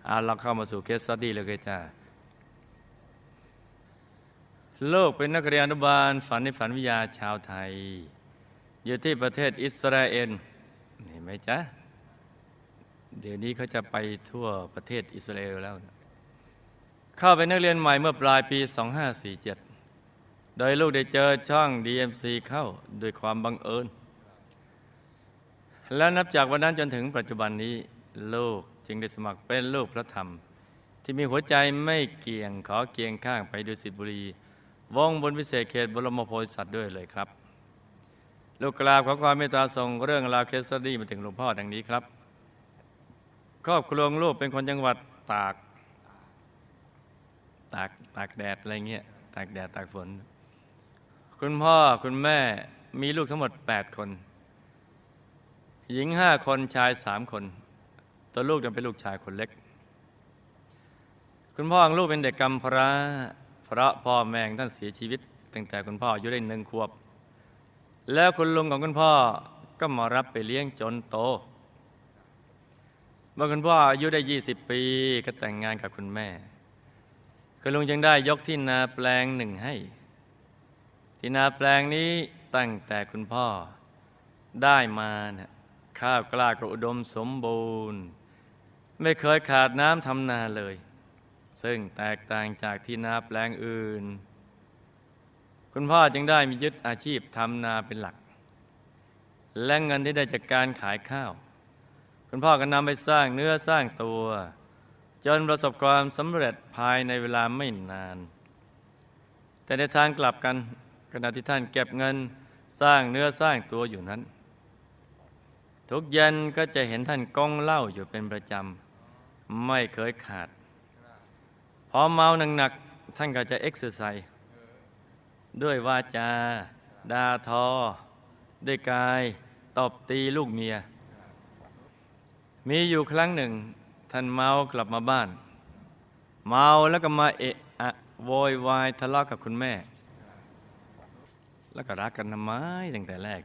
เราเข้ามาสู่เคสสตัดดี้เลยจ้าลูกเป็นนักเรียนอนุบาลฝันในฝันวิทยาชาวไทยอยู่ที่ประเทศอิสราเอลเห็นไหมจ๊ะเดี๋ยวนี้เขาจะไปทั่วประเทศอิสราเอลแล้วเข้าเป็นนักเรียนใหม่เมื่อปลายปี 2547 โดยลูกได้เจอช่อง DMC เข้าด้วยความบังเอิญและนับจากวันนั้นจนถึงปัจจุบันนี้ลูกจึงได้สมัครเป็นลูกพระธรรมที่มีหัวใจไม่เกี่ยงขอเคียงข้างไปดุสิตบุรีวงบนพิเศษเขตบรมโพธิสัตว์ด้วยเลยครับลูกกราบขอความเมตตาส่งเรื่องราวเคสสตัดดี้มาถึงหลวงพ่อดังนี้ครับครอบครัวลูกเป็นคนจังหวัดตากแดดอะไรเงี้ยตากแดดตากฝนคุณพ่อคุณแม่มีลูกทั้งหมด8 คนหญิง5 คนชาย3 คนตัวลูกจะเป็นลูกชายคนเล็กคุณพ่อของลูกเป็นเด็กกำพร้าเพราะพ่อแม่ท่านเสียชีวิตตั้งแต่คุณพ่ออายุได้1 ขวบแล้วคุณลุงของคุณพ่อก็มารับไปเลี้ยงจนโตเมื่อคุณพ่ออายุได้20 ปีก็แต่งงานกับคุณแม่คุณลุงจึงได้ยกที่นาแปลงหนึ่งให้ที่นาแปลงนี้ตั้งแต่คุณพ่อได้มานะข้าวกล้าก็อุดมสมบูรณ์ไม่เคยขาดน้ำทำนาเลยซึ่งแตกต่างจากที่นาแปลงอื่นคุณพ่อจึงได้มียึดอาชีพทำนาเป็นหลักและเงินที่ได้จากการขายข้าวคุณพ่อก็นำไปสร้างเนื้อสร้างตัวจนประสบความสำเร็จภายในเวลาไม่นานแต่ในทางกลับกันขณะที่ท่านเก็บเงินสร้างเนื้อสร้างตัวอยู่นั้นทุกเย็นก็จะเห็นท่านก้องเหล้าอยู่เป็นประจำไม่เคยขาดพอเมาหนักๆท่านก็จะเอ็กซ์ไซส์ด้วยวาจาด่าทอด้วยกายตบตีลูกเมียมีอยู่ครั้งหนึ่งท่านเมากลับมาบ้านเมาแล้วก็มาเอะอะโวยวายทะเลาะกับคุณแม่แล้วก็รักกันทำไมตั้งแต่แรก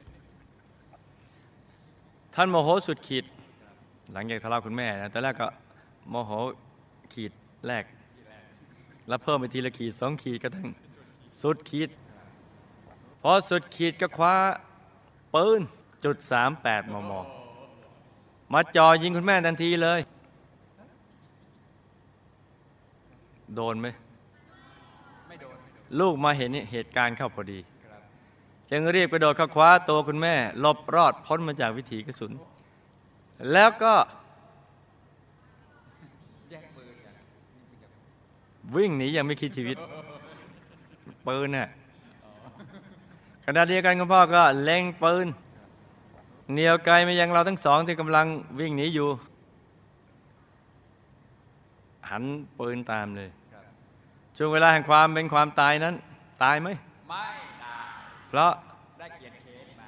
ท่านโมโหสุดขีดหลังจากทะเลาะคุณแม่นะแต่แรกก็โมโหขีดแรกแล้วเพิ่มไปทีละขีด2 ขีดก็ทั้งสุดขีดพอสุดขีดก็คว้าปืน.38 มม.มาจ่อยิงคุณแม่ทันทีเลยโดนไหมไม่โดนลูกมาเห็นเหตุการณ์เข้าพอดีจึงรีบกระโดดเข้าคว้าตัวคุณแม่หลบรอดพ้นมาจากวิถีกระสุนแล้วก็วิ่งหนียังไม่คิดชีวิตปืนน่ะขณะเดียวกันคุณพ่อก็เล็งปืนเหนี่ยวไกลมายังเราทั้งสองที่กำลังวิ่งหนีอยู่หันปืนตามเลยช่วงเวลาแห่งความเป็นความตายนั้นตายไหมไม่ตายเพราะได้เกียรติเคสมา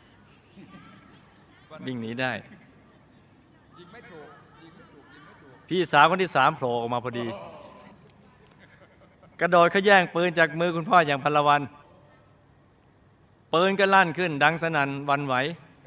วิ่งหนีได้ยิงไม่ถูกพี่สาวคนที่3โผล่ออกมาพอดีกระโดดเขาแย่งปืนจากมือคุณพ่ออย่างพลวันปืนก็ลั่นขึ้นดังสนั่นหวั่นไหว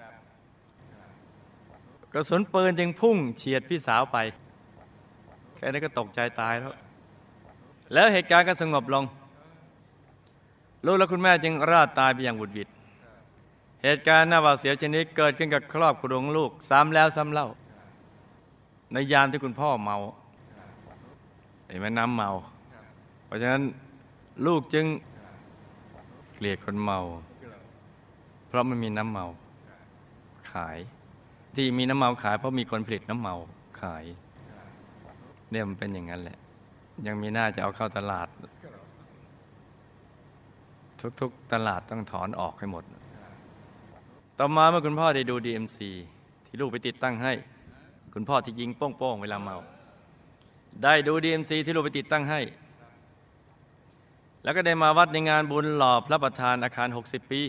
กระสุนปืนจึงพุ่งเฉียดพี่สาวไปแค่นั้นก็ตกใจตายแล้วเหตุการณ์ก็สงบลงลูกและคุณแม่จึงรอดตายไปอย่างหวุดหวิดเหตุการณ์น่าหวาดเสียวชนิดเกิดขึ้นกับครอบครัวของลูกซ้ำแล้วซ้ำเล่าในยามที่คุณพ่อเมาเห็นไหมน้ำเมาเพราะฉะนั้นลูกจึงเกลียดคนเมาเพราะมันมีน้ำเมาขายที่มีน้ำเมาขายเพราะมีคนผลิตน้ำเมาขายเนี่ยมันเป็นอย่างนั้นแหละยังมีหน้าจะเอาเข้าตลาดทุกๆตลาดต้องถอนออกให้หมดต่อมาเมื่อคุณพ่อได้ดู DMC ที่ลูกไปติดตั้งให้คุณพ่อที่ยิงโป้งๆเวลาเมาได้ดู DMC ที่ลูกไปติดตั้งให้แล้วก็ได้มาวัดในงานบุญหล่อพระประธานอาคาร60 ปี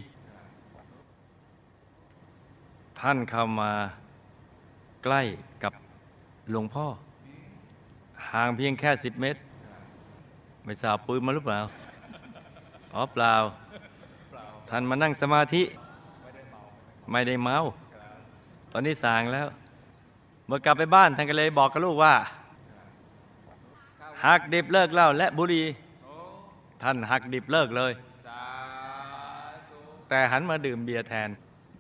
ท่านเข้ามาใกล้กับหลวงพ่อห่างเพียงแค่10 เมตรไม่ทราบปืนมาหรือเปล่าอ๋อเปล่าท่านมานั่งสมาธิไม่ได้เมาตอนนี้สางแล้วเมื่อกลับไปบ้านท่านก็เลยบอกกับลูกว่าหักดิบเลิกเหล้าและบุหรี่ท่านหักดิบเลิกเลยแต่หันมาดื่มเบียร์แทน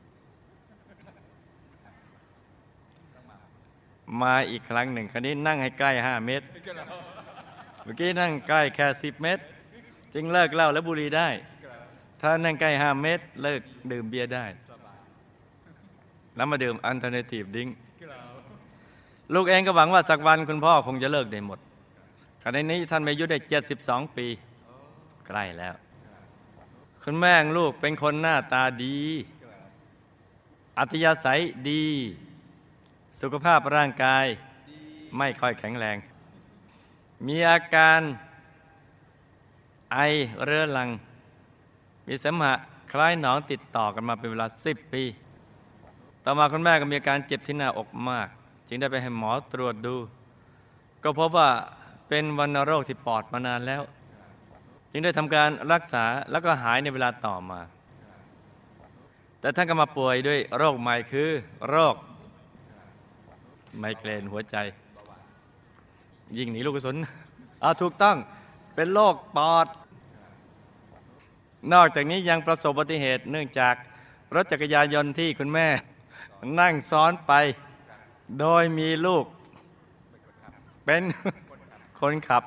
มาอีกครั้งหนึ่งคราวนี้นั่งให้ใกล้5 เมตรเมื่อกี้นั่งใกล้แค่10 เมตรจึงเลิกเหล้าและบุหรี่ได้ถ้านั่งใกล้5 เมตรเลิกดื่มเบียร์ได้แล้วมาดื่มอัลเทอร์เนทีฟดิ้งลูกเองก็หวังว่าสักวันคุณพ่อคงจะเลิกได้หมดขณะนี้ท่านมีอายุได้72 ปีใกล้แล้วคุณแม่ลูกเป็นคนหน้าตาดีอัธยาศัยดีสุขภาพร่างกายไม่ค่อยแข็งแรงมีอาการไอเรื้อรังมีเสมหะคล้ายหนองติดต่อกันมาเป็นเวลา10 ปีต่อมาคุณแม่ก็มีอาการเจ็บที่หน้าอกมากจึงได้ไปให้หมอตรวจดูก็พบว่าเป็นวัณโรคที่ปอดมานานแล้วจึงได้ทำการรักษาแล้วก็หายในเวลาต่อมาแต่ท่านก็มาป่วยด้วยโรคใหม่คือโรคไมเกรนหัวใจยิ่งหนีลูกกระสุนถูกต้องเป็นโรคปอดนอกจากนี้ยังประสบอุบัติเหตุเนื่องจากรถจักรยานยนต์ที่คุณแม่นั่งซ้อนไปโดยมีลูกเป็นคนขับ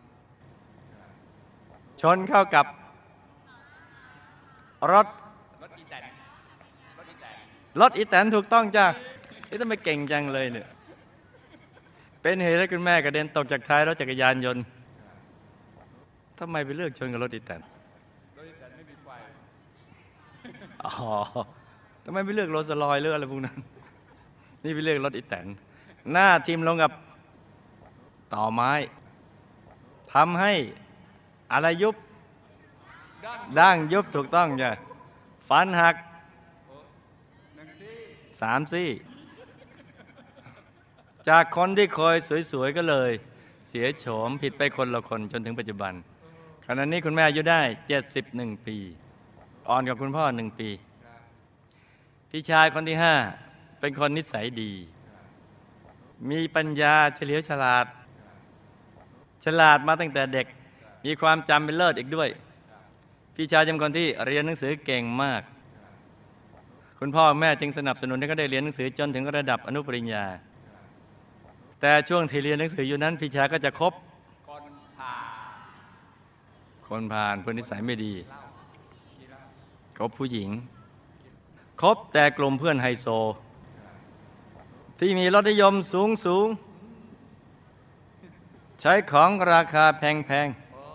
ชนเข้ากับรถอีแตนถูกต้องจ้ะนี่ทำไมเก่งจังเลยเนี่ยเป็นเหตุให้คุณแม่กระเด็นตกจากท้ายรถจักรยานยนต์ทำไมไปเลือกชนกับรถอีแตนไม่มีไฟทำไมไม่เลือกโรลส์รอยซ์หรืออะไรพวกนั้นนี่ไปเลือกรถอีแตนหน้าทิ่มลงกับต่อไม้ทำให้อะไรยุบดั้งยุบถูกต้องจ้ะฟันหัก3 ซี่จากคนที่เคยสวยๆก็เลยเสียโฉมผิดไปคนละคนจนถึงปัจจุบันขณะนี้คุณแม่อายุได้71 ปีอ่อนกว่าคุณพ่อ1 ปีพี่ชายคนที่5เป็นคนนิสัยดีมีปัญญาเฉลียวฉลาดมาตั้งแต่เด็กมีความจำเป็นเลิศอีกด้วยพี่ชายเป็นคนที่เรียนหนังสือเก่งมากคุณพ่อแม่จึงสนับสนุนให้เขาได้เรียนหนังสือจนถึงระดับอนุปริญญาแต่ช่วงที่เรียนหนังสืออยู่นั้นพี่ชายก็จะคบคนผ่านคนนิสัยไม่ดีคบผู้หญิงคบแต่กลุ่มเพื่อนไฮโซที่มีรสนิยมสูงใช้ของราคาแพง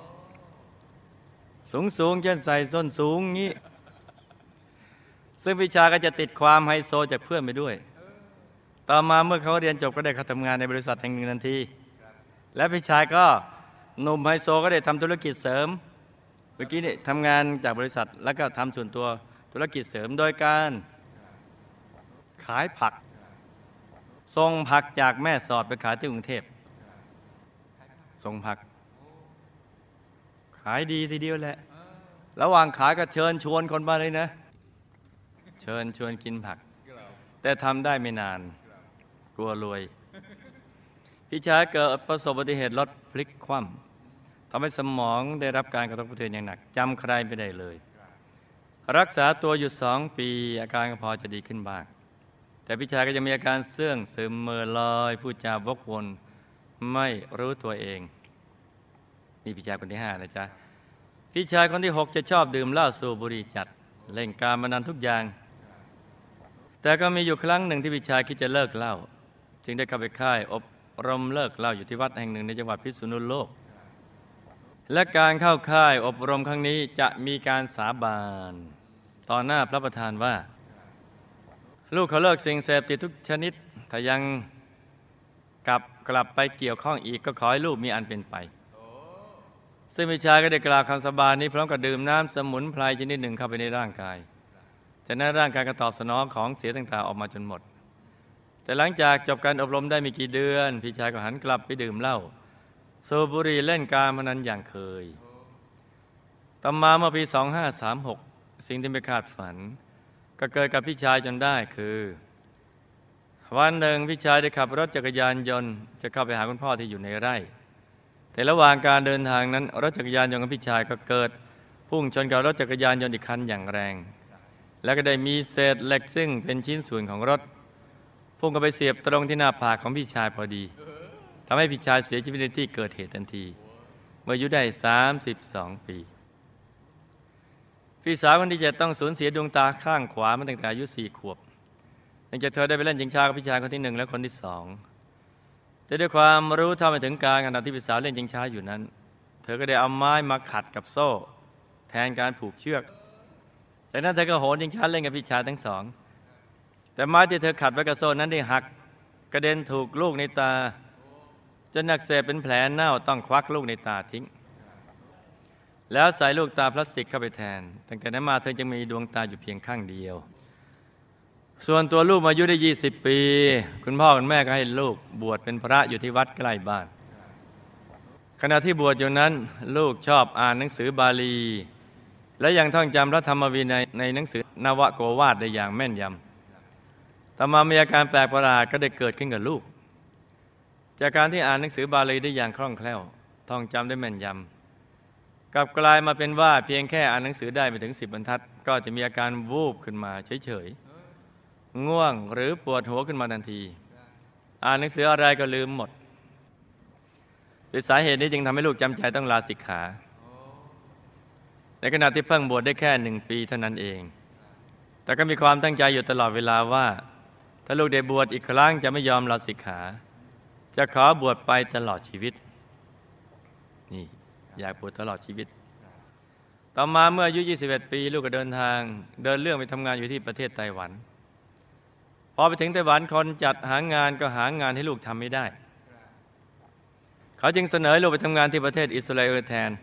ๆสูงเช่นใส่ส้นสูงงี้ซึ่งพี่ชายก็จะติดความไฮโซจากเพื่อนไปด้วยต่อมาเมื่อเขาเรียนจบก็ได้เข้าทำงานในบริษัทแห่งหนึ่งทันทีและพี่ชายก็หนุ่มไฮโซก็ได้ทำธุรกิจเสริมเมื่อกี้นี่ทำงานจากบริษัทแล้วก็ทำส่วนตัวธุรกิจเสริมโดยการขายผักส่งผักจากแม่สอดไปขายที่กรุงเทพส่งผักขายดีทีเดียวแหละระหว่างขายก็เชิญชวนคนมาเลยนะเชิญชวนกินผักแต่ทำได้ไม่นานกลัวรวยพี่ชายเกิดประสบอุบัติเหตุรถพลิกคว่ำทำให้สมองได้รับการกระทบกระเทือนอย่างหนักจำใครไม่ได้เลยรักษาตัวอยู่2 ปีอาการก็พอจะดีขึ้นบ้างแต่พี่ชายก็จะมีอาการเสื่องซึมเมื่อลอยพูดจาวกวนไม่รู้ตัวเองนี่พี่ชายคนที่5นะจ๊ะพี่ชายคนที่6จะชอบดื่มเหล้าสูบบุหรี่จัดเล่นการพนันทุกอย่างแต่ก็มีอยู่ครั้งหนึ่งที่พี่ชายคิดจะเลิกเหล้าจึงได้เข้าไปค่ายอบรมเลิกเหล้าอยู่ที่วัดแห่งหนึ่งในจังหวัดพิษณุโลกและการเข้าค่ายอบรมครั้งนี้จะมีการสาบานต่อหน้าพระประธานว่าลูกเขาเลิกสิ่งเสพติดทุกชนิดถ้ายังกลับไปเกี่ยวข้องอีกก็ขอให้ลูกมีอันเป็นไปซึ่งพี่ชายก็ได้กล่าวคำสาบานนี้พร้อมกับดื่มน้ำสมุนไพรชนิดหนึ่งเข้าไปในร่างกายจากนั้นร่างกายก็ตอบสนองของเสียต่างๆออกมาจนหมดแต่หลังจากจบการอบรมได้ไม่กี่เดือนพี่ชายก็หันกลับไปดื่มเหล้าสูบบุหรี่เล่นการพนันอย่างเคยต่อมาเมื่อปี 2536 สิ่งที่ไม่คาดฝันก็เกิดกับพี่ชายจนได้คือวันหนึ่งพี่ชายได้ขับรถจักรยานยนต์จะเข้าไปหาคุณพ่อที่อยู่ในไร่แต่ระหว่างการเดินทางนั้นรถจักรยานยนต์ของพี่ชายก็เกิดพุ่งชนกับรถจักรยานยนต์อีกคันอย่างแรง แล้วก็ได้มีเศษเหล็กซึ่งเป็นชิ้นส่วนของรถพุ่งเข้าไปเสียบตรงที่หน้าผากของพี่ชายพอดีทำให้พี่ชายเสียชีวิตในที่เกิดเหตุทันทีเมื่ออายุได้32 ปีพี่สาวคนที่จะต้องสูญเสียดวงตาข้างขวามาตั้งแต่อายุ4 ขวบเนื่องจากเธอได้ไปเล่นชิงช้ากับพี่ชายคนที่1และคนที่2แต่ด้วยความรู้เท่าไม่ถึงการขณะที่พี่สาวเล่นชิงช้าอยู่นั้นเธอก็ได้เอาไม้มาขัดกับโซ่แทนการผูกเชือกจากนั้นเธอก็โหนชิงช้าเล่นกับพี่ชายทั้งสองแต่ไม้ที่เธอขัดไว้กับโซ่นั้นได้หักกระเด็นถูกลูกในตาจนอักเสบเป็นแผลเน่าต้องควักลูกในตาทิ้งแล้วใส่ลูกตาพลาสติกเข้าไปแทนตั้งแต่นั้นมาเธอจึงมีดวงตาอยู่เพียงข้างเดียวส่วนตัวลูกอายุได้20 ปีคุณพ่อคุณแม่ก็ให้ลูกบวชเป็นพระอยู่ที่วัดใกล้บ้านขณะที่บวชอยู่นั้นลูกชอบอ่านหนังสือบาลีและยังท่องจำพระธรรมวินัยในหนังสือนวโกวาทได้อย่างแม่นยำต่อมามีอาการแปลกประหลาดก็ได้เกิดขึ้นกับลูกจากการที่อ่านหนังสือบาลีได้อย่างคล่องแคล่วท่องจำได้แม่นยำกลับกลายมาเป็นว่าเพียงแค่อ่านหนังสือได้ไม่ถึง10 บรรทัดก็จะมีอาการวูบขึ้นมาเฉยๆง่วงหรือปวดหัวขึ้นมาทันทีอ่านหนังสืออะไรก็ลืมหมดด้วยสาเหตุนี้จึงทำให้ลูกจำใจต้องลาสิกขาในขณะที่เพิ่งบวชได้แค่1 ปีเท่านั้นเองแต่ก็มีความตั้งใจอยู่ตลอดเวลาว่าถ้าลูกได้บวชอีกครั้งจะไม่ยอมลาสิกขาจะขอบวชไปตลอดชีวิตนี่อยากบวชตลอดชีวิตต่อมาเมื่ออายุ21 ปีลูกก็เดินเรื่องไปทำงานอยู่ที่ประเทศไต้หวันพอไปถึงไต้หวันคนจัดหางานก็หางานให้ลูกทำไม่ได้เขาจึงเสนอให้ลูกไปทำงานที่ประเทศอิสราเอลแทน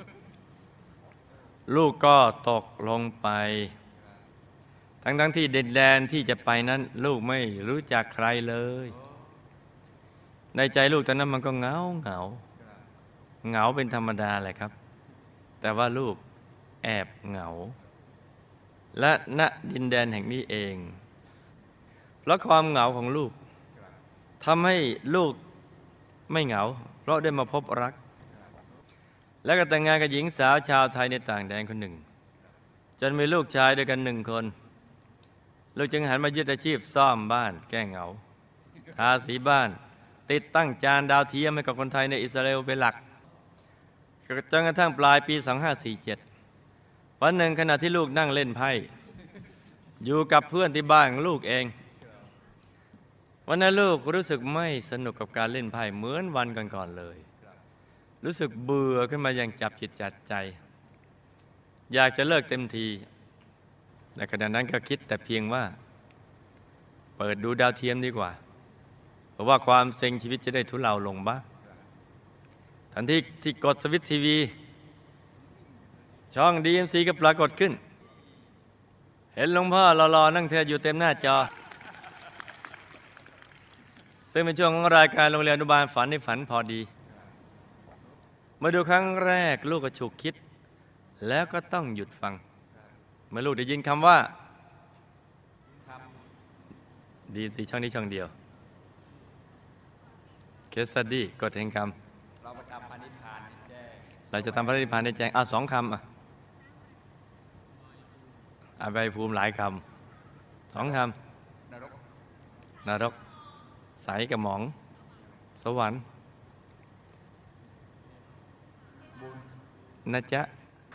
ลูกก็ตกลงไปทั้งที่ดินแดนที่จะไปนั้นลูกไม่รู้จักใครเลยในใจลูกตอนนั้นมันก็เหงาเป็นธรรมดาแหละครับแต่ว่าลูกแอบเหงาและณดินแดนแห่งนี้เองเพราะความเหงาของลูกทำให้ลูกไม่เหงาเพราะได้มาพบรักและก็แต่งงานกับหญิงสาวชาวไทยในต่างแดนคนหนึ่งจนมีลูกชายด้วยกัน1 คนลูกจึงหันมายึดอาชีพซ่อมบ้านแก้เหงาทาสีบ้านติดตั้งจานดาวเทียมให้กับคนไทยในอิสราเอลเป็นหลักจนกระทั่งปลายปี 2547 วันหนึ่งขณะที่ลูกนั่งเล่นไพ่อยู่กับเพื่อนที่บ้านของลูกเองวันนั้นลูกรู้สึกไม่สนุกกับการเล่นไพ่เหมือนวันก่อนๆเลยรู้สึกเบื่อขึ้นมาอย่างจับจิตจับใจอยากจะเลิกเต็มทีในขณะนั้นก็คิดแต่เพียงว่าเปิดดูดาวเทียมดีกว่าเพราะว่าความเซ็งชีวิตจะได้ทุเลาลงบ้างทันทีที่กดสวิตช์ทีวีช่อง DMC ก็ปรากฏขึ้นเห็นหลวงพ่อหล่อๆนั่งเทศอยู่เต็มหน้าจอซึ่งเป็นช่วงของรายการโรงเรียนอนุบาลฝันในฝันพอดีมาดูครั้งแรกลูกก็ฉุกคิดแล้วก็ต้องหยุดฟังเมื่อลูกได้ยินคำว่าDMCช่องนี้ช่องเดียวเคสสตี้กดแห่งคำเราจะทำพระนิพพานได้แจ้ง2 คำใบภูมิหลายคำ2 คำนรกใสกับหมองสวรรค์นะจ๊ะ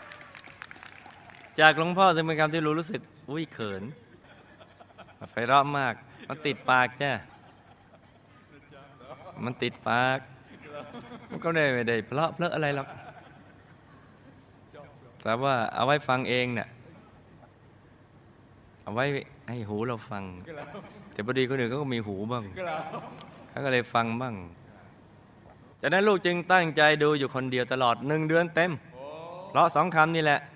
จากหลวงพ่อซึ่งเป็นคำที่รู้สึกเขินไพเราะมากมันติดปากจ้ะมันติดปากมันก็ไม่ได้เพราะอะไรหรอกแต่ว่าเอาไว้ฟังเองเนี่ยเอาไว้ให้หูเราฟังแต่พอดีคนอื่นก็มีหูบ้างเขาก็เลยฟังบ้างจากนั้นลูกจึงตั้งใจดูอยู่คนเดียวตลอด1 เดือนเต็มเพราะ2 คำนี่แหละ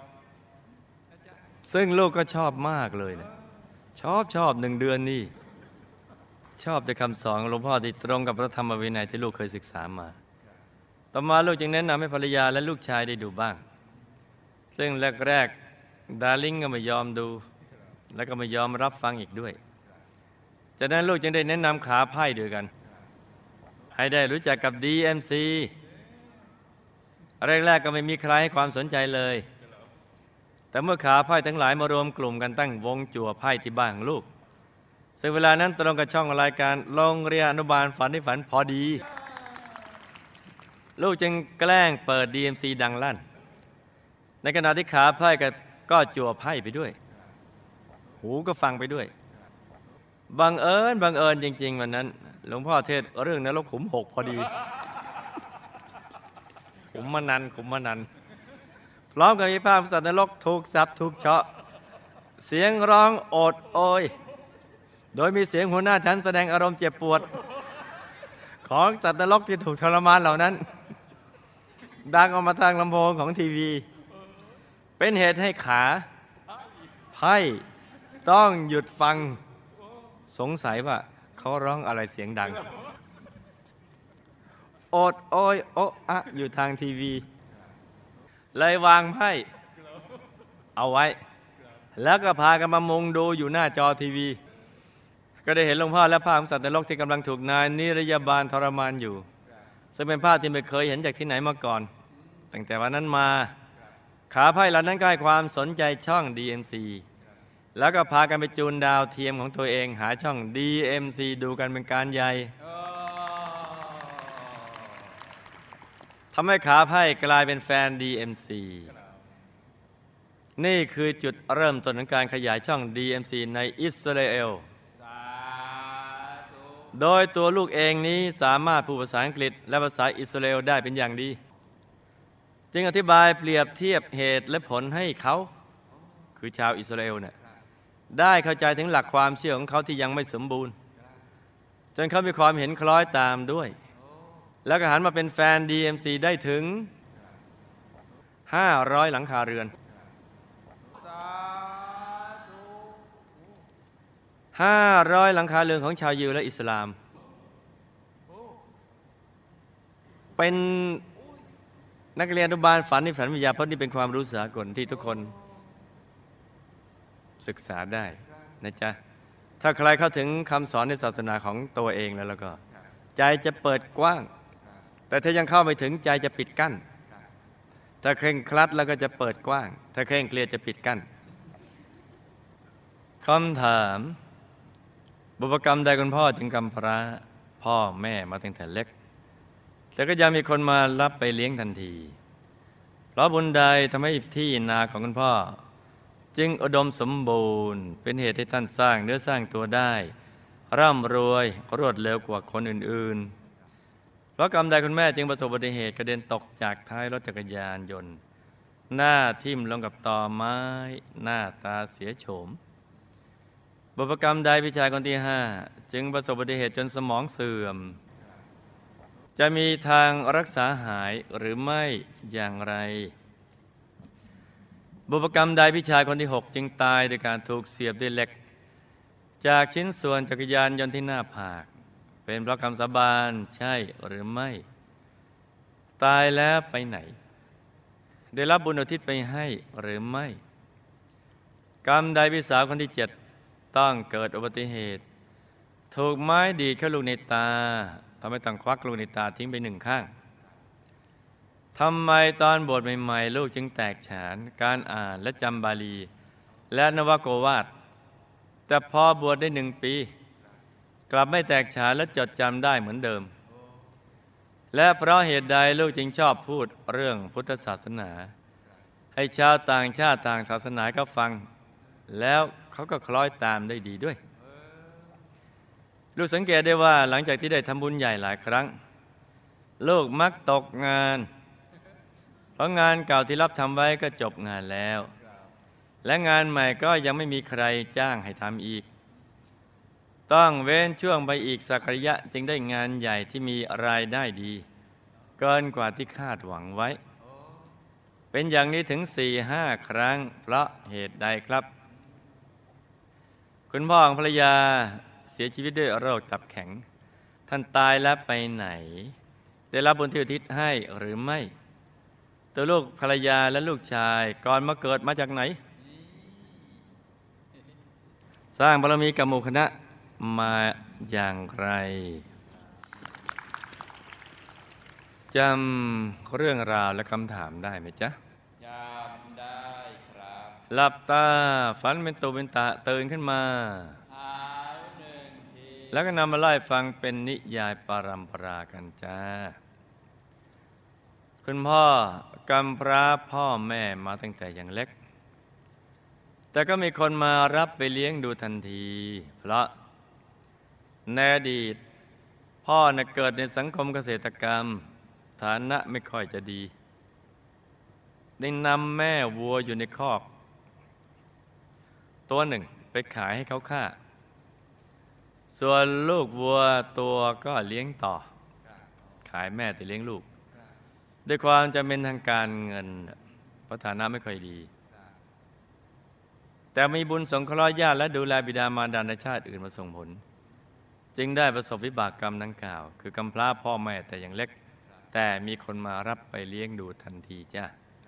ซึ่งลูกก็ชอบมากเลยนะชอบ1 เดือนนี่ชอบแต่คำสอนของหลวงพ่อที่ตรงกับพระธรรมวินัยที่ลูกเคยศึกษามาต่อมาลูกจึงแนะนำให้ภรรยาและลูกชายได้ดูบ้างซึ่งแรกดาร์ลิงก็ไม่ยอมดูแล้วก็ไม่ยอมรับฟังอีกด้วยจากนั้นลูกจึงได้แนะนำขาไพ่ด้วยกันให้ได้รู้จักกับ DMC แรกๆก็ไม่มีใครให้ความสนใจเลยแต่เมื่อขาไพ่ทั้งหลายมารวมกลุ่มกันตั้งวงจั่วไพ่ที่บ้านของลูกซึ่งเวลานั้นตรงกับช่องรายการโรงเรียนอนุบาลฝันที่ฝันพอดีลูกจึงแกล้งเปิด DMC ดังลั่นในขณะที่ขาไพ่ก็จั่วไพ่ไปด้วยหูก็ฟังไปด้วยบังเอิญจริงๆวันนั้นหลวงพ่อเทศเรื่องนรกขุมหกพอดีขุมมนันพร้อมกับมีภาพสัตว์นรกถูกสับถูกเฉาะเสียงร้องโอดโอยโดยมีเสียงหัวหน้าชั้นแสดงอารมณ์เจ็บปวดของสัตว์นรกที่ถูกทรมานเหล่านั้นดังออกมาทางลำโพงของทีวีเป็นเหตุให้ขาไพ่ต้องหยุดฟังสงสัยว่าเขาร้องอะไรเสียงดังโอดโอยโอะอะอยู่ทางทีวีเลยวางไพ่เอาไว้แล้วก็พากันมามุงดูอยู่หน้าจอทีวีก็ได้เห็นหลวงพ่อและภาพของสัตว์นรกที่กำลังถูกนายนิรยาบาลทรมานอยู่ซึ่งเป็นภาพที่ไม่เคยเห็นจากที่ไหนมาก่อนตั้งแต่วันนั้นมาขาไพ่เหล่านั้นก็ให้ความสนใจช่อง DMC แล้วก็พากันไปจูนดาวเทียมของตัวเองหาช่อง DMC ดูกันเป็นการใหญ่ทำให้ขาไพ่กลายเป็นแฟน DMC นี่คือจุดเริ่มต้นของการขยายช่อง DMC ในอิสราเอลโดยตัวลูกเองนี้สามารถพูดภาษาอังกฤษและภาษาอิสราเอลได้เป็นอย่างดีจึงอธิบายเปรียบเทียบเหตุและผลให้เขาคือชาวอิสราเอลเนี่ยได้เข้าใจถึงหลักความเชื่อของเขาที่ยังไม่สมบูรณ์จนเขามีความเห็นคล้อยตามด้วยแล้วก็หันมาเป็นแฟน DMC ได้ถึง500หลังคาเรือน500หลังคาเรือนของชาวยิวและอิสลามเป็นนักเรียนอนุบาลฝันในฝันวิทยาเพราะนี่เป็นความรู้สากลที่ทุกคนศึกษาได้นะจ๊ะถ้าใครเข้าถึงคำสอนในศาสนาของตัวเองแล้วก็ใจจะเปิดกว้างแต่ถ้ายังเข้าไม่ถึงใจจะปิดกั้นถ้าเคร่งครัดแล้วก็จะเปิดกว้างถ้าเคร่งเครียดจะปิดกั้นคำถามบุพกรรมใดคุณพ่อจึงกำพร้าพ่อแม่มาตั้งแต่เล็กแต่ก็ยังมีคนมารับไปเลี้ยงทันทีเพราะบุญใดทำให้ที่นาของคุณพ่อจึงอุดมสมบูรณ์เป็นเหตุให้ท่านสร้างเนื้อสร้างตัวได้ร่ำรวยรวดเร็วกว่าคนอื่นๆเพราะกรรมใดคุณแม่จึงประสบอุบัติเหตุกระเด็นตกจากท้ายรถจักรยานยนต์หน้าทิ่มลงกับตอไม้หน้าตาเสียโฉมบุพกรรมใดพี่ชายคนที่5จึงประสบอุบัติเหตุจนสมองเสื่อมจะมีทางรักษาหายหรือไม่อย่างไรบุพกรรมใดพี่ชายคนที่6จึงตายโดยการถูกเสียบด้วยเหล็กจากชิ้นส่วนจักรยานยนต์ที่หน้าผากเป็นเพราะคำสาบานใช่หรือไม่ตายแล้วไปไหนได้รับบุญอุทิศไปให้หรือไม่กรรมใดพี่สาวคนที่7ต้องเกิดอุบัติเหตุถูกไม้ดีดเข้าลูกในตาทำให้ต้องควักลูกในตาทิ้งไป1 ข้างทำไมตอนบวชใหม่ๆลูกจึงแตกฉานการอ่านและจำบาลีและนวโกวาทแต่พอบวชได้1 ปีกลับไม่แตกฉานและจดจำได้เหมือนเดิมและเพราะเหตุใดลูกจึงชอบพูดเรื่องพุทธศาสนาให้ชาวต่างชาติต่างศาสนาก็ฟังแล้วเขาก็คล้อยตามได้ดีด้วยลูกสังเกตได้ว่าหลังจากที่ได้ทำบุญใหญ่หลายครั้งลูกมักตกงานเพราะงานเก่าที่รับทำไว้ก็จบงานแล้วและงานใหม่ก็ยังไม่มีใครจ้างให้ทำอีกต้องเว้นช่วงไปอีกสักระยะจึงได้งานใหญ่ที่มีรายได้ดีเกินกว่าที่คาดหวังไว้เป็นอย่างนี้ถึง 4-5 ครั้งเพราะเหตุใดครับคุณพ่อของภรรยาเสียชีวิตด้วยโรคตับแข็งท่านตายแล้วไปไหนได้รับบุญที่อุทิศให้หรือไม่ตัวลูกภรรยาและลูกชายก่อนมาเกิดมาจากไหนสร้างบารมีกับหมู่คณะมาอย่างไรจำเรื่องราวและคำถามได้ไหมจ๊ะจำได้ครับหลับตาฝันเป็นตุเป็นตะตื่นขึ้นมาหายหนึ่งทีแล้วก็นำมาไล่ฟังเป็นนิยายปรัมปรากันจ้าคุณพ่อกำพร้าพ่อแม่มาตั้งแต่ยังเล็กแต่ก็มีคนมารับไปเลี้ยงดูทันทีเพราะในอดีตพ่อเกิดในสังคมเกษตรกรรมฐานะไม่ค่อยจะดีได้นำแม่วัวอยู่ในคอกตัวหนึ่งไปขายให้เขาฆ่าส่วนลูกวัวตัวก็เลี้ยงต่อขายแม่แต่เลี้ยงลูกด้วยความจำเป็นทางการเงินเพราะฐานะไม่ค่อยดีแต่มีบุญสงเคราะห์ญาติและดูแลบิดามารดาในชาติอื่นมาส่งผลจึงได้ประสบวิบากกรรมดังกล่าวคือกำพร้าพ่อแม่แต่ยังเล็กแต่มีคนมารับไปเลี้ยงดูทันทีจ้ะ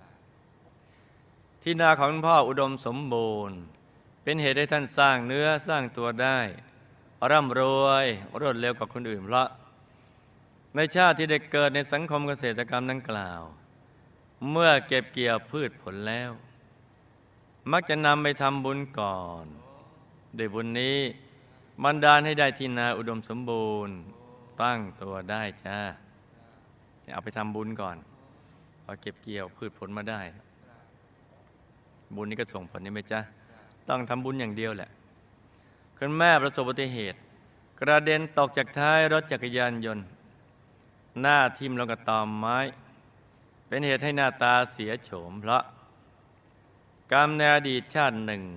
ที่นาของพ่ออุดมสมบูรณ์เป็นเหตุให้ท่านสร้างเนื้อสร้างตัวได้ร่ำรวยรวดเร็วกว่าคนอื่นเพราะในชาติที่ได้เกิดในสังคมเกษตรกรรมดังกล่าวเมื่อเก็บเกี่ยวพืชผลแล้วมักจะนำไปทำบุญก่อนด้วยบุญนี้บันดาลให้ได้ที่นาอุดมสมบูรณ์ตั้งตัวได้จ้าเอาไปทำบุญก่อนพอเก็บเกี่ยวพืชผลมาได้บุญนี้ก็ส่งผลนี่ไหมจ๊ะต้องทำบุญอย่างเดียวแหละคุณแม่ประสบอุบัติเหตุกระเด็นตกจากท้ายรถจักรยานยนต์หน้าทิ่มลงกับตอไม้เป็นเหตุให้หน้าตาเสียโฉมเพราะกรรมในอดีตชาติหนึ่ง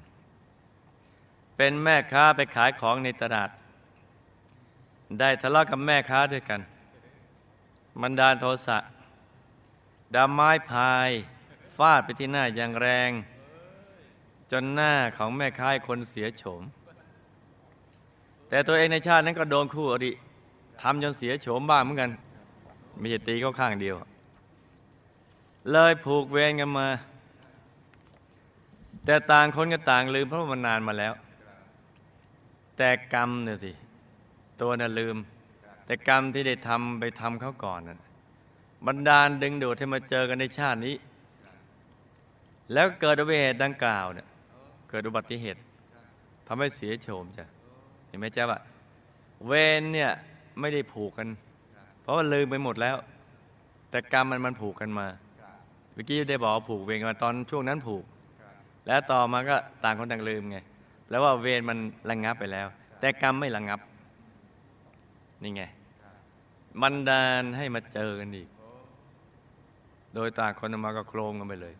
เป็นแม่ค้าไปขายของในตลาดได้ทะเลาะกับแม่ค้าด้วยกันบันดาลโทสะดาไม้พายฟาดไปที่หน้าอย่างแรงจนหน้าของแม่ค้าคนเสียโฉมแต่ตัวเองในชาตินั้นก็โดนคู่อริทำจนเสียโฉมบ้างเหมือนกันไม่ใช่ตีเขาข้างเดียวเลยผูกเวรกันมาแต่ต่างคนก็ต่างลืมเพราะมันนานมาแล้วแต่กรรมเนี่ยสิตัวน่ะลืมแต่กรรมที่ได้ทำไปทำเขาก่อนนั้นบันดาลดึงดูดให้มาเจอกันในชาตินี้แล้วเกิดอุบัติเหตุดังกล่าวเนี่ยเกิดอุบัติเหตุทำให้เสียโฉมจ้ะเห็นไหมจ๊ะว่าเวรเนี่ยไม่ได้ผูกกันเพราะว่าลืมไปหมดแล้วแต่กรรมมันผูกกันมาเมื่อกี้ได้บอกว่าผูกเวรกันมาตอนช่วงนั้นผูกแล้วต่อมาก็ต่างคนต่างลืมไงแล้วว่าเวรมันระงับไปแล้วแต่กรรมไม่ระงับนี่ไงบันดาลให้มาเจอกันอีกโดยต่างคนมาก็โครงกันไปเลย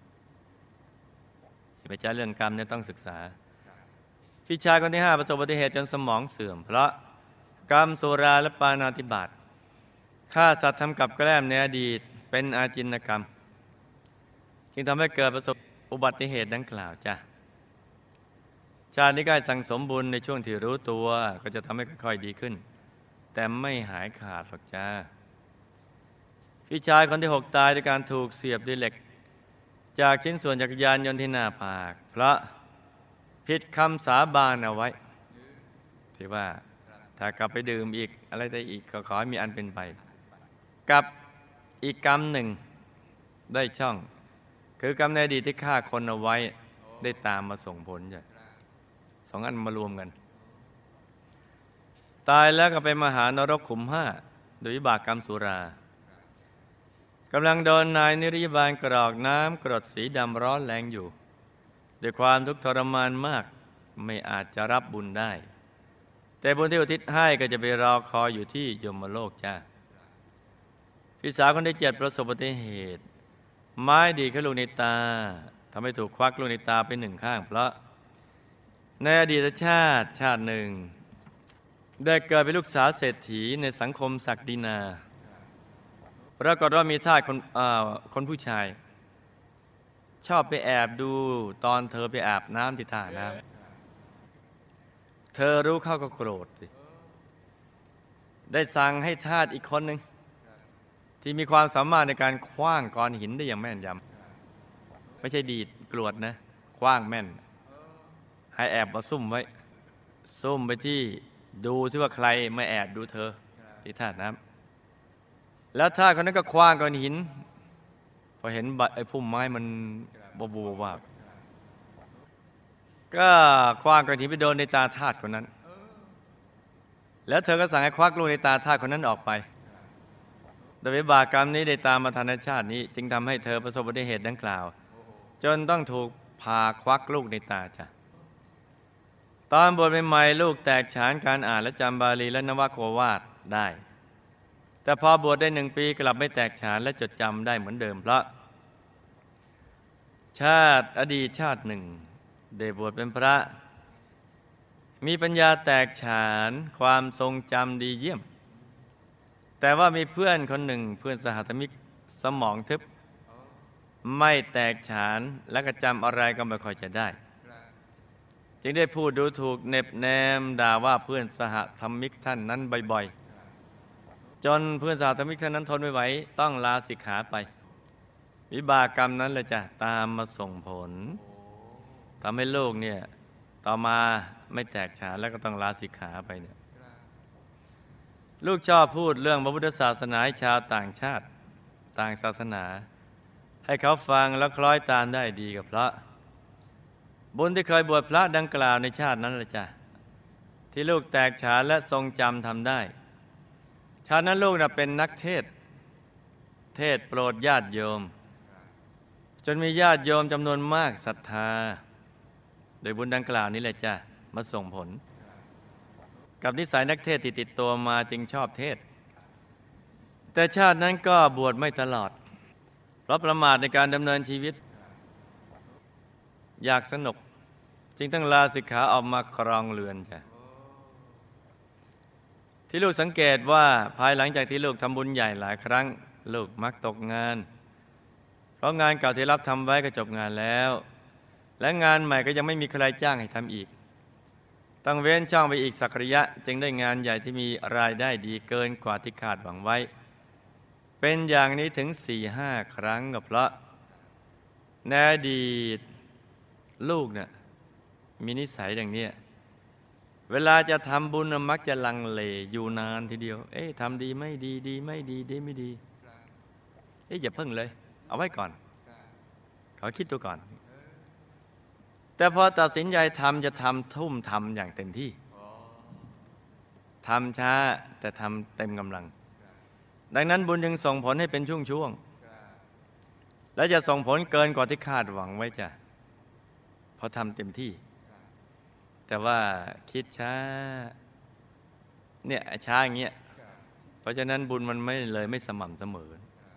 ไปจ้าเรื่องกรรมเนี่ยต้องศึกษาพี่ชายคนที่5ประสบอุบัติเหตุจนสมองเสื่อมเพราะกรรมสุราและปาณาติบาตฆ่าสัตว์ทำกับแกล้มในอดีตเป็นอาจินกรรมจึงทำให้เกิดประสบอุบัติเหตุดังกล่าวจ้ะชาตินี้ก็สั่งสมบุญในช่วงที่รู้ตัวก็จะทำให้ค่อยๆดีขึ้นแต่ไม่หายขาดหรอกจ้าพี่ชายคนที่6ตายด้วยการถูกเสียบด้วยเหล็กจากชิ้นส่วนจักรยานยนต์ที่หน้าผากเพราะผิดคำสาบานเอาไว้ที่ว่าถ้ากลับไปดื่มอีกอะไรได้อีกก็ขอให้มีอันเป็นไปกับอีกกรรมหนึ่งได้ช่องคือกรรมในอดีตที่ฆ่าคนเอาไว้ได้ตามมาส่งผลจ้ะ2 อันมารวมกันตายแล้วก็ไปมหานรกขุม5โดยวิบากกรรมสุรากำลังโดนนายนิรยบาลกรอกน้ำกรดสีดำร้อนแรงอยู่ด้วยความทุกข์ทรมานมากไม่อาจจะรับบุญได้แต่บุญที่อุทิศให้ก็จะไปรอคอยอยู่ที่ยมโลกจ้าพี่สาวคนที่7ประสบอุบัติเหตุไม้ดีดเข้าลูกในตาทำให้ถูกควักลูกในตาไป1 ข้างเพราะในอดีตชาติหนึ่งได้เกิดเป็นลูกสาวเศรษฐีในสังคมศักดินาปรากฏว่ามีทาสคนผู้ชายชอบไปแอบดูตอนเธอไปอาบน้ำที่ท่าน้ำเธอรู้เข้าก็โกรธสิได้สั่งให้ทาสอีกคนหนึ่งที่มีความสามารถในการขว้างก้อนหินได้อย่างแม่นยำไม่ใช่ดีดกรวดนะขว้างแม่นให้แอบมาซุ่มไว้ซุ่มไปที่ดูซิว่าใครมาแอบดูเธอที่ท่าน้ำแล้วท่าสคนนั้นก็คว้างก้อนหินพอเห็นไอ้พุ่มไม้มันบวบว่าบก็คว้างก้อนหินไปโดนในตาทาสคนนั้นแล้วเธอก็สั่งให้ควักลูกในตาทาสคนนั้นออกไปโดยวิบากกรรมนี้ได้ตามมาทันในชาตินี้จึงทำให้เธอประสบอุบัติเหตุดังกล่าวจนต้องถูกพาควักลูกในตาจ้ะตอนบวชใหม่ๆลูกแตกฉานการอ่านและจำบาลีและนวโกวาทได้แต่พอบวชได้1 ปีกลับไม่แตกฉานและจดจำได้เหมือนเดิมเพราะชาติอดีตชาติหนึ่งได้บวชเป็นพระมีปัญญาแตกฉานความทรงจำดีเยี่ยมแต่ว่ามีเพื่อนคนหนึ่งเพื่อนสหธรรมิกสมองทึบไม่แตกฉานและก็จำอะไรก็ไม่ค่อยจะได้จึงได้พูดดูถูกเน็บแนมด่าว่าเพื่อนสหธรรมิกท่านนั้นบ่อยๆจนเพื่อนสหธรรมิกท่านนั้นทนไม่ไหวต้องลาสิกขาไปวิบากกรรมนั้นเลยจะตามมาส่งผลทำให้ลูกเนี่ยต่อมาไม่แตกฉานแล้วก็ต้องลาสิกขาไปเนี่ยลูกชอบพูดเรื่องพระพุทธศาสนาให้ชาวต่างชาติต่างศาสนาให้เขาฟังแล้วคล้อยตามได้ดีกับพระบุญที่เคยบวชพระดังกล่าวในชาตินั้นแหละจ้ะที่ลูกแตกฉานและทรงจำทำได้ชาตินั้นลูกเป็นนักเทศโปรดญาติโยมจนมีญาติโยมจำนวนมากศรัทธาโดยบุญดังกล่าวนี้แหละจ้ะมาส่งผลกับนิสัยนักเทศที่ติดตัวมาจึงชอบเทศแต่ชาตินั้นก็บวชไม่ตลอดเพราะประมาทในการดำเนินชีวิตอยากสนุกจึงต้องลาสิกขาออกมาครองเรือนจ้ะที่ลูกสังเกตว่าภายหลังจากที่ลูกทำบุญใหญ่หลายครั้งลูกมักตกงานเพราะงานเก่าที่รับทำไว้ก็จบงานแล้วและงานใหม่ก็ยังไม่มีใครจ้างให้ทำอีกต้องเว้นช่องไปอีกสักระยะจึงได้งานใหญ่ที่มีรายได้ดีเกินกว่าที่คาดหวังไว้เป็นอย่างนี้ถึง 4-5 ครั้งก็เพราะในอดีตลูกเนี่ยมีนิสัยอย่างนี้เวลาจะทำบุญมักจะลังเลอยู่นานทีเดียวทำดีไม่ดีดีไม่ดีดีไม่ดีอย่าเพิ่งเลยเอาไว้ก่อนขอคิดดูก่อนแต่พอตัดสินใจทำจะทำทุ่มทำอย่างเต็มที่ทำช้าแต่ทำเต็มกำลังดังนั้นบุญจึงส่งผลให้เป็นช่วงๆและจะส่งผลเกินกว่าที่คาดหวังไว้จ้ะเพราะทำเต็มที่แต่ว่าคิดช้าเนี่ยช้าอย่างเงี้ยเพราะฉะนั้นบุญมันไม่สม่ำเสมอ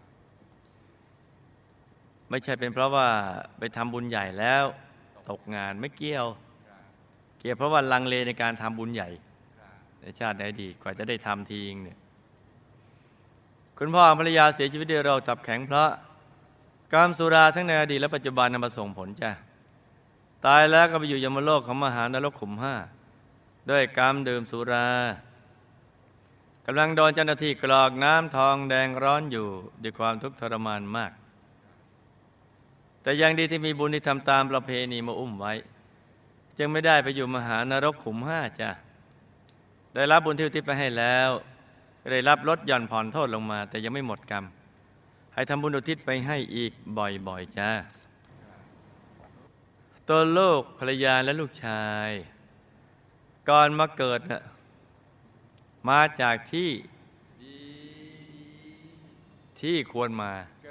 ไม่ใช่เป็นเพราะว่าไปทำบุญใหญ่แล้วตกงานไม่เกี่ยวเพราะว่าลังเลในการทำบุญใหญ่ในชาติในอดีตกว่าจะได้ทำทีนึงเนี่ยคุณพ่อภรรยาเสียชีวิตด้วยโรคตับแข็งเพราะกามสุราทั้งในอดีตและปัจจุบันนำมาส่งผลจ้ะตายแล้วก็ไปอยู่ยมโลกของมหานรกขุม 5ด้วยกามดื่มสุรากำลังโดนเจ้าหน้าที่กรอกน้ำทองแดงร้อนอยู่ด้วยความทุกข์ทรมานมากแต่ยังดีที่มีบุญที่ทำตามประเพณีมาอุ้มไว้จึงไม่ได้ไปอยู่มหานรกขุม 5จ้ะได้รับบุญที่อุทิศไปให้แล้วได้รับลดหย่อนผ่อนโทษลงมาแต่ยังไม่หมดกรรมให้ทำบุญอุทิศไปให้อีกบ่อยๆจ้าตัวลูกภรรยาและลูกชายก่อนมาเกิดน่ะมาจากที่ควรมา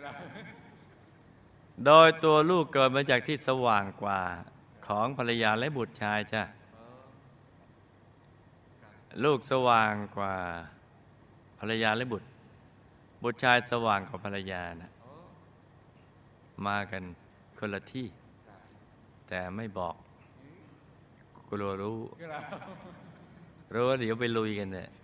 โดยตัวลูกเกิดมาจากที่สว่างกว่าของภรรยาและบุตรชายจ้ะลูกสว่างกว่าภรรยาและบุตรชายสว่างกว่าภรรยานะมากันคนละที่แต่ไม่บอกกลัวรู้ว่าเดี๋ยวไปลุยกันเนี่ย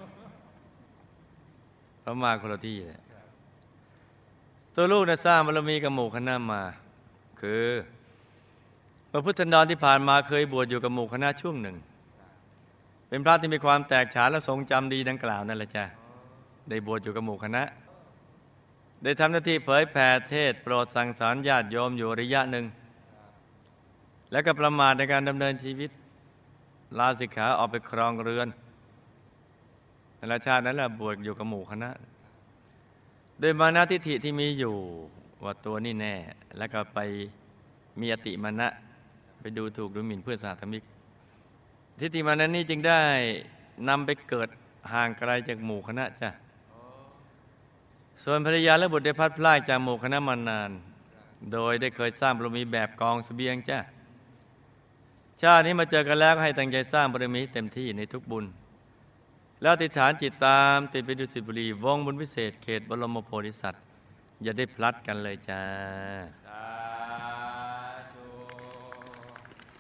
เพราะมาคนละที่เนี่ยตัวลูกสร้างบารมีกับหมู่คณะมาคือพระพุทธนรที่ผ่านมาเคยบวชอยู่กับหมู่คณะช่วงหนึ่งเป็นพระที่มีความแตกฉานและทรงจำดีดังกล่าวนั่นแหละจ้ะได้บวชอยู่กับหมู่คณะได้ทำหน้าที่เผยแผ่เทศโปรดสั่งสอนญาติโยมอยู่ระยะหนึ่งและก็ประมาทในการดำเนินชีวิตลาสิกขาออกไปครองเรือนในชาตินั้นแหละบวชอยู่กับหมู่คณะโดยมานะทิฏฐิที่มีอยู่ว่าตัวนี่แน่ แล้วก็ไปมีอติมานะไปดูถูกดูหมิ่นเพื่อนสาธมิกทิฏฐิมานะนี้จึงได้นำไปเกิดห่างไกลจากหมู่คณะจ้ะส่วนภรรยาและบุตรได้พัดพลากจากหมู่คณะมานาน โดยได้เคยสร้างบารมีแบบกองเสบียงจ้ะชาตินี้มาเจอกันแล้วก็ให้ตั้งใจสร้างบารมีเต็มที่ในทุกบุญแล้วอธิษฐานจิตตามติดไปดุสิตบุรีวงบุญพิเศษเขตบรมโพธิสัตว์อย่าได้พลัดกันเลยจ้าสาธุ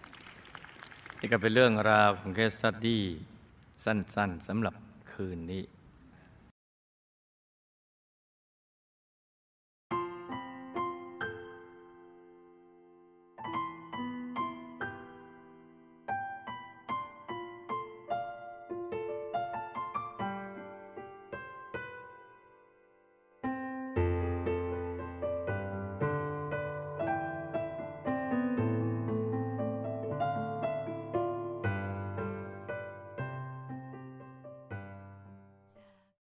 นี่ก็เป็นเรื่องราวของเคสสตัดดี้สั้นๆสำหรับคืนนี้